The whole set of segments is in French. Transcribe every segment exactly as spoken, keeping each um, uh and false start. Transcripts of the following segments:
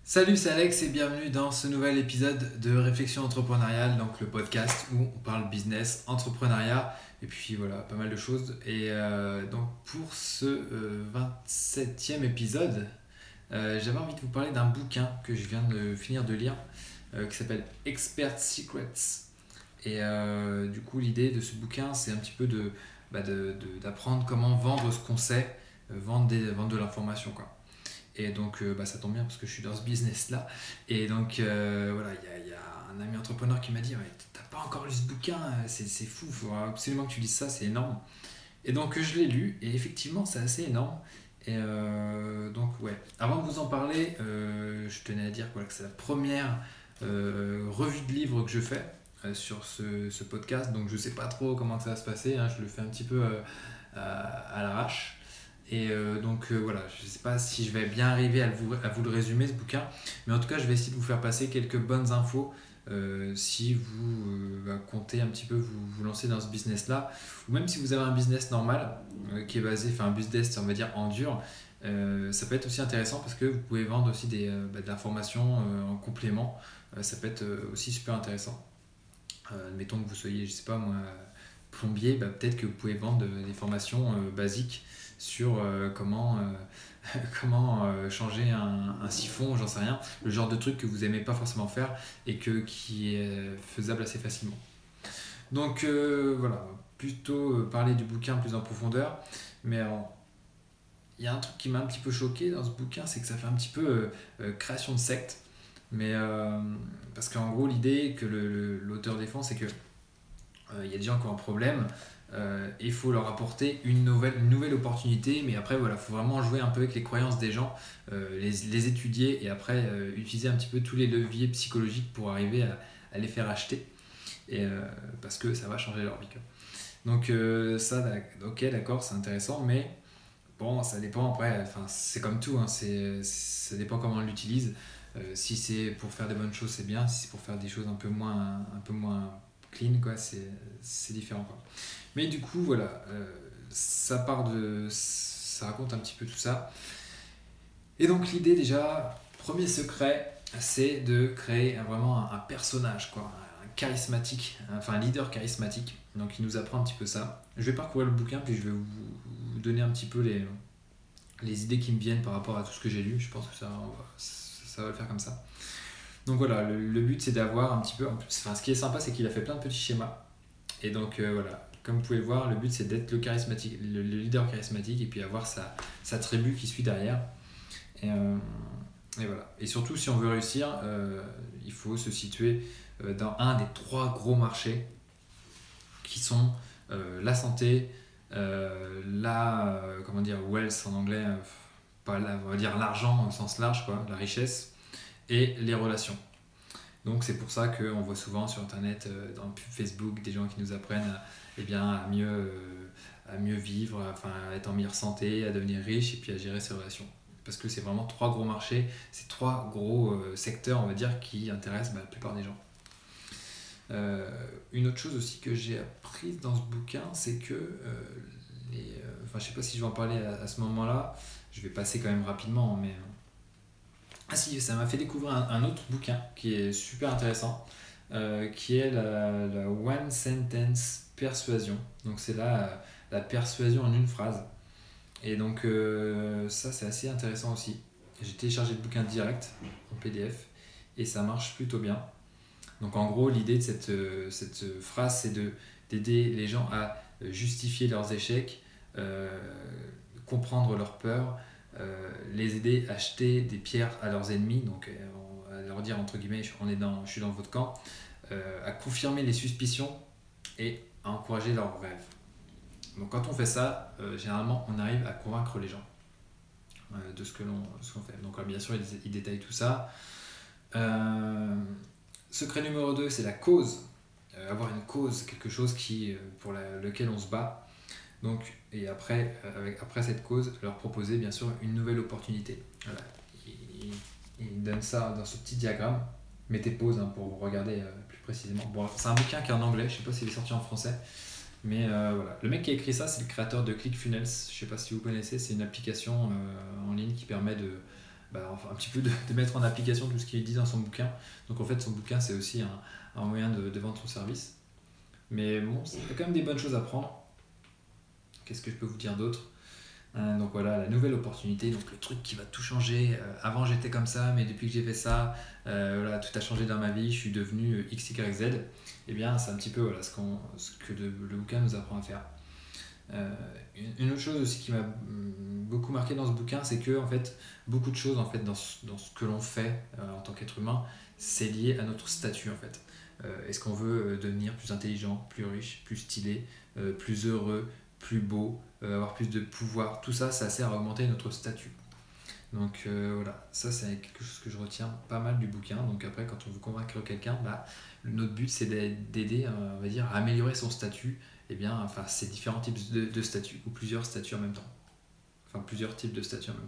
Salut, c'est Alex et bienvenue dans ce nouvel épisode de Réflexion entrepreneuriale, donc le podcast où on parle business, entrepreneuriat et puis voilà, pas mal de choses. Et euh, donc pour ce euh, vingt-septième épisode, euh, j'avais envie de vous parler d'un bouquin que je viens de finir de lire euh, qui s'appelle Expert Secrets. Et euh, du coup, l'idée de ce bouquin, c'est un petit peu de, bah de, de- d'apprendre comment vendre ce qu'on sait, euh, vendre, des, vendre de l'information, quoi. Et donc, euh, bah, ça tombe bien parce que je suis dans ce business-là. Et donc, euh, voilà, il y a, il y a un ami entrepreneur qui m'a dit ouais, t'as pas encore lu ce bouquin, c'est, c'est fou, il faut absolument que tu lises ça, c'est énorme. Et donc, je l'ai lu, et effectivement, c'est assez énorme. Et euh, donc, ouais, avant de vous en parler, euh, je tenais à dire voilà, que c'est la première euh, revue de livre que je fais euh, sur ce, ce podcast. Donc, je sais pas trop comment ça va se passer, hein, je le fais un petit peu euh, à, à l'arrache. Et euh, donc euh, voilà, je ne sais pas si je vais bien arriver à vous, à vous le résumer ce bouquin, mais en tout cas je vais essayer de vous faire passer quelques bonnes infos euh, si vous euh, bah, comptez un petit peu vous, vous lancer dans ce business là, ou même si vous avez un business normal euh, qui est basé, enfin un business on va dire en dur, euh, ça peut être aussi intéressant parce que vous pouvez vendre aussi des, euh, bah, de l'information euh, en complément. Euh, ça peut être euh, aussi super intéressant. Euh, admettons que vous soyez, je sais pas moi, plombier, bah, peut-être que vous pouvez vendre de- des formations euh, basiques sur euh, comment, euh, comment euh, changer un, un siphon, j'en sais rien, le genre de truc que vous aimez pas forcément faire et que, qui est faisable assez facilement. Donc euh, voilà, plutôt euh, parler du bouquin plus en profondeur, mais alors, il y a un truc qui m'a un petit peu choqué dans ce bouquin, c'est que ça fait un petit peu euh, euh, création de secte, mais euh, parce qu'en gros l'idée que le- le- l'auteur défend, c'est que il euh, y a des gens qui ont un problème, euh, il faut leur apporter une nouvelle, une nouvelle opportunité, mais après voilà, il faut vraiment jouer un peu avec les croyances des gens, euh, les, les étudier et après euh, utiliser un petit peu tous les leviers psychologiques pour arriver à, à les faire acheter, et, euh, parce que ça va changer leur vie, quoi. Donc euh, ça, ok, d'accord, c'est intéressant, mais bon, ça dépend après, enfin, c'est comme tout, hein, c'est, ça dépend comment on l'utilise. Euh, si c'est pour faire des bonnes choses, c'est bien. Si c'est pour faire des choses un peu moins, un peu moins clean, quoi, c'est, c'est différent, quoi. Mais du coup, voilà, euh, ça part de. Ça raconte un petit peu tout ça. Et donc, l'idée, déjà, premier secret, c'est de créer un- vraiment un, un personnage, quoi, un charismatique, enfin un leader charismatique. Donc, il nous apprend un petit peu ça. Je vais parcourir le bouquin, puis je vais vous, vous donner un petit peu les, les idées qui me viennent par rapport à tout ce que j'ai lu. Je pense que ça, on va- ça, ça va le faire comme ça. Donc voilà, le, le but c'est d'avoir un petit peu. Enfin, ce qui est sympa, c'est qu'il a fait plein de petits schémas. Et donc euh, voilà, comme vous pouvez le voir, le but c'est d'être le charismatique, le, le leader charismatique et puis avoir sa, sa tribu qui suit derrière. Et, euh, et voilà. Et surtout, si on veut réussir, euh, il faut se situer euh, dans un des trois gros marchés qui sont euh, la santé, euh, la euh, comment dire wealth en anglais, euh, pas la, on va dire l'argent au sens large, quoi, la richesse, et les relations. Donc c'est pour ça qu'on voit souvent sur internet, euh, dans le pub Facebook, des gens qui nous apprennent à, eh bien, à, mieux, euh, à mieux vivre, enfin, à être en meilleure santé, à devenir riche et puis à gérer ses relations. Parce que c'est vraiment trois gros marchés, c'est trois gros euh, secteurs, on va dire, qui intéressent bah, la plupart des gens. Euh, une autre chose aussi que j'ai apprise dans ce bouquin, c'est que euh, les, euh, enfin, je sais pas si je vais en parler à, à ce moment-là, je vais passer quand même rapidement, mais ah si, ça m'a fait découvrir un, un autre bouquin qui est super intéressant, euh, qui est la, la One Sentence Persuasion. Donc c'est la, la persuasion en une phrase. Et donc euh, ça c'est assez intéressant aussi. J'ai téléchargé le bouquin direct en P D F et ça marche plutôt bien. Donc en gros, l'idée de cette, euh, cette phrase, c'est de, d'aider les gens à justifier leurs échecs, euh, comprendre leurs peurs, euh, les aider à jeter des pierres à leurs ennemis, donc euh, à leur dire entre guillemets, on est dans, je suis dans votre camp, euh, à confirmer les suspicions et à encourager leurs rêves. Donc quand on fait ça, euh, généralement on arrive à convaincre les gens euh, de ce que l'on, ce qu'on fait. Donc là, bien sûr, il, il détaille tout ça. Euh, Secret numéro deux, c'est la cause. Euh, avoir une cause, quelque chose qui, euh, pour la- lequel on se bat. Donc, et après, euh, avec, après cette cause, leur proposer bien sûr une nouvelle opportunité. Voilà. Il, il donne ça dans ce petit diagramme. Mettez pause hein, pour regarder euh, plus précisément. Bon, c'est un bouquin qui est en anglais, je sais pas s'il est sorti en français. Mais euh, voilà. Le mec qui a écrit ça, c'est le créateur de ClickFunnels. Je sais pas si vous connaissez, c'est une application euh, en ligne qui permet de, bah, enfin, un petit peu de, de mettre en application tout ce qu'il dit dans son bouquin. Donc en fait son bouquin c'est aussi un, un moyen de, de vendre son service. Mais bon, il y a quand même des bonnes choses à prendre. Qu'est-ce que je peux vous dire d'autre ? Euh, donc voilà, la nouvelle opportunité, donc le truc qui va tout changer. Euh, avant j'étais comme ça, mais depuis que j'ai fait ça, euh, voilà, tout a changé dans ma vie, je suis devenu X, Y, Z. Et bien c'est un petit peu voilà, ce, qu'on, ce que de, le bouquin nous apprend à faire. Euh, une, une autre chose aussi qui m'a beaucoup marqué dans ce bouquin, c'est que en fait, beaucoup de choses en fait, dans, ce, dans ce que l'on fait euh, en tant qu'être humain, c'est lié à notre statut en fait. Euh, est-ce qu'on veut euh, devenir plus intelligent, plus riche, plus stylé, euh, plus heureux, plus beau, euh, avoir plus de pouvoir, tout ça, ça sert à augmenter notre statut. Donc euh, voilà, ça c'est quelque chose que je retiens pas mal du bouquin. Donc après, quand on veut convaincre quelqu'un, bah, notre but c'est d'aider, on va dire, à améliorer son statut. Et bien, enfin, c'est différents types de, de statuts, ou plusieurs statuts en même temps. Enfin, plusieurs types de statuts en même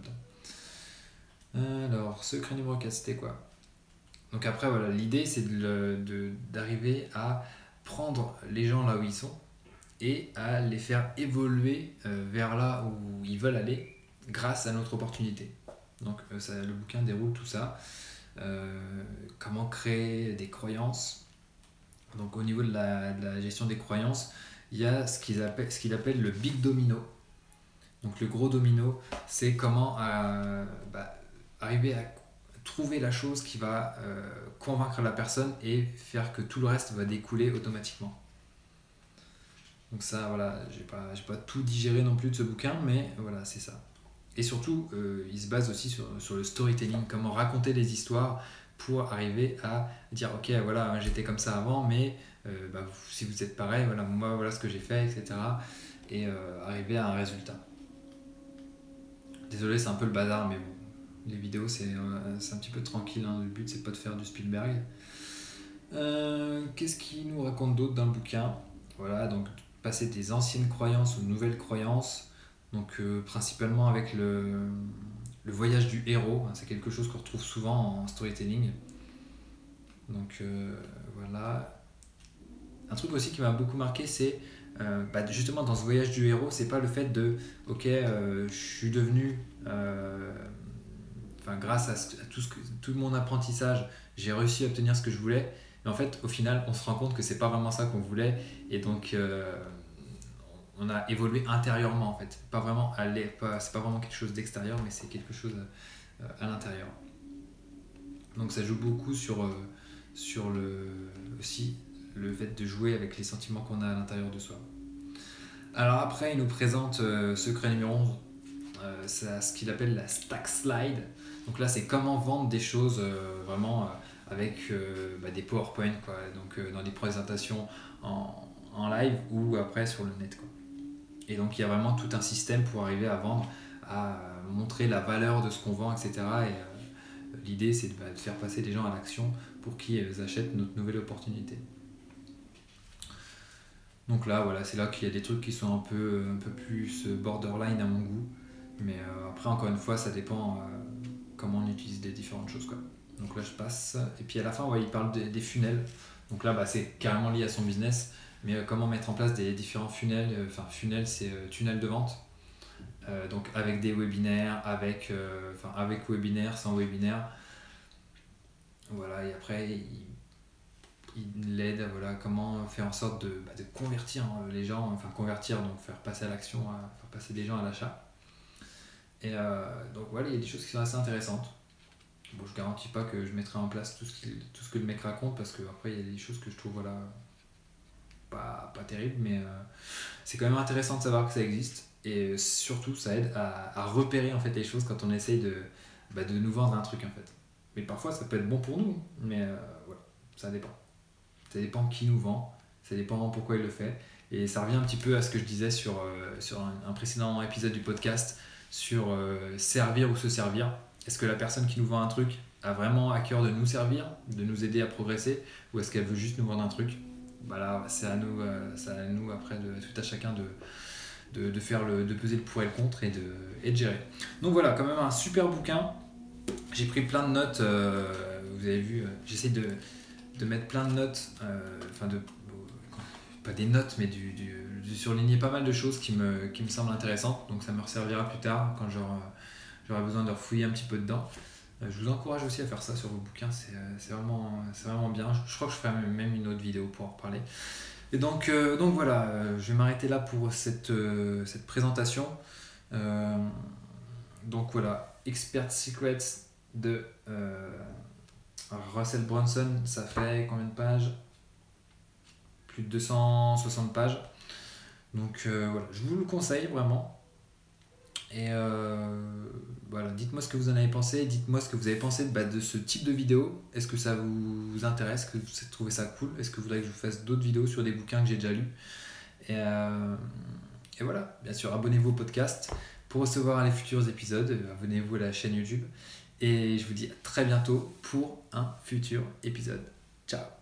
temps. Alors, secret numéro quatre, c'était quoi ? Donc après, voilà, l'idée c'est de, de, d'arriver à prendre les gens là où ils sont et à les faire évoluer euh, vers là où ils veulent aller grâce à notre opportunité. Donc euh, ça, le bouquin déroule tout ça. Euh, comment créer des croyances. Donc au niveau de la, de la gestion des croyances, il y a ce qu'il appelle, ce qu'il appelle le big domino. Donc le gros domino, c'est comment euh, bah, arriver à trouver la chose qui va euh, convaincre la personne et faire que tout le reste va découler automatiquement. Donc ça, voilà, j'ai pas, j'ai pas tout digéré non plus de ce bouquin, mais voilà, c'est ça. Et surtout, euh, il se base aussi sur, sur le storytelling, comment raconter des histoires pour arriver à dire, ok, voilà, j'étais comme ça avant, mais euh, bah, si vous êtes pareil, voilà, moi, voilà ce que j'ai fait, et cetera. Et euh, arriver à un résultat. Désolé, c'est un peu le bazar, mais bon, les vidéos, c'est, euh, c'est un petit peu tranquille, hein. Le but, c'est pas de faire du Spielberg. Euh, qu'est-ce qu'il nous raconte d'autre dans le bouquin ? Voilà, donc passer des anciennes croyances aux nouvelles croyances, donc euh, principalement avec le, le voyage du héros, hein, c'est quelque chose qu'on retrouve souvent en storytelling. Donc euh, voilà. Un truc aussi qui m'a beaucoup marqué, c'est euh, bah, justement dans ce voyage du héros, c'est pas le fait de ok, euh, je suis devenu, euh, enfin grâce à, à tout, ce que, tout mon apprentissage, j'ai réussi à obtenir ce que je voulais. Mais en fait, au final, on se rend compte que c'est pas vraiment ça qu'on voulait, et donc euh, on a évolué intérieurement en fait. Pas vraiment à l'air, pas, c'est pas vraiment quelque chose d'extérieur, mais c'est quelque chose euh, à l'intérieur. Donc ça joue beaucoup sur, euh, sur le, aussi le fait de jouer avec les sentiments qu'on a à l'intérieur de soi. Alors après, il nous présente euh, secret numéro onze, euh, c'est ce qu'il appelle la stack slide. Donc là, c'est comment vendre des choses euh, vraiment euh, avec euh, bah, des PowerPoint, quoi. Donc euh, dans des présentations en, en live ou après sur le net, quoi. Et donc il y a vraiment tout un système pour arriver à vendre, à montrer la valeur de ce qu'on vend, et cetera. Et euh, l'idée, c'est de, bah, de faire passer les gens à l'action pour qu'ils achètent notre nouvelle opportunité. Donc là, voilà, c'est là qu'il y a des trucs qui sont un peu, un peu plus borderline à mon goût. Mais euh, après, encore une fois, ça dépend euh, comment on utilise les différentes choses, quoi. Donc là, je passe. Et puis à la fin, ouais, il parle des, des funnels. Donc là, bah, c'est carrément lié à son business. Mais euh, comment mettre en place des différents funnels. Enfin, euh, funnel, c'est euh, tunnel de vente. Euh, donc avec des webinaires, avec, euh, enfin, avec webinaire, sans webinaire. Voilà, et après, il il l'aide à voilà, comment faire en sorte de, bah, de convertir les gens, enfin convertir, donc faire passer à l'action, à, faire passer des gens à l'achat. Et euh, donc voilà, il y a des choses qui sont assez intéressantes. Bon, je garantis pas que je mettrai en place tout ce, qui, tout ce que le mec raconte, parce qu'après il y a des choses que je trouve voilà, pas, pas terribles, mais euh, c'est quand même intéressant de savoir que ça existe. Et surtout, ça aide à, à repérer en fait, les choses quand on essaye de, bah, de nous vendre un truc en fait. Mais parfois ça peut être bon pour nous, mais euh, voilà, ça dépend. Ça dépend qui nous vend, ça dépend pourquoi il le fait. Et ça revient un petit peu à ce que je disais sur, euh, sur un, un précédent épisode du podcast, sur euh, servir ou se servir. Est-ce que la personne qui nous vend un truc a vraiment à cœur de nous servir, de nous aider à progresser, ou est-ce qu'elle veut juste nous vendre un truc ? Bah là, c'est à nous, euh, c'est à nous après, de, tout à chacun de, de, de, faire le, de peser le pour et le contre et de, et de gérer. Donc voilà, quand même un super bouquin. J'ai pris plein de notes, euh, vous avez vu, euh, j'essaie de... de mettre plein de notes, euh, enfin de, pas des notes, mais du, du, du surligner pas mal de choses qui me, qui me semblent intéressantes, donc ça me resservira plus tard quand j'aurai, j'aurai besoin de refouiller un petit peu dedans. Euh, je vous encourage aussi à faire ça sur vos bouquins, c'est, euh, c'est, vraiment, c'est vraiment bien. Je, je crois que je ferai même une autre vidéo pour en reparler. Et donc, euh, donc voilà, euh, je vais m'arrêter là pour cette, euh, cette présentation. Euh, donc voilà, Expert Secrets de euh, Russell Brunson, ça fait combien de pages? Plus de deux cent soixante pages. Donc euh, voilà, je vous le conseille vraiment. Et euh, voilà, dites-moi ce que vous en avez pensé, dites-moi ce que vous avez pensé bah, de ce type de vidéo. Est-ce que ça vous intéresse, est-ce que vous trouvez ça cool? Est-ce que vous voudrez que je vous fasse d'autres vidéos sur des bouquins que j'ai déjà lus? Et, euh, et voilà, bien sûr, abonnez-vous au podcast pour recevoir les futurs épisodes, abonnez-vous à la chaîne YouTube. Et je vous dis à très bientôt pour un futur épisode. Ciao!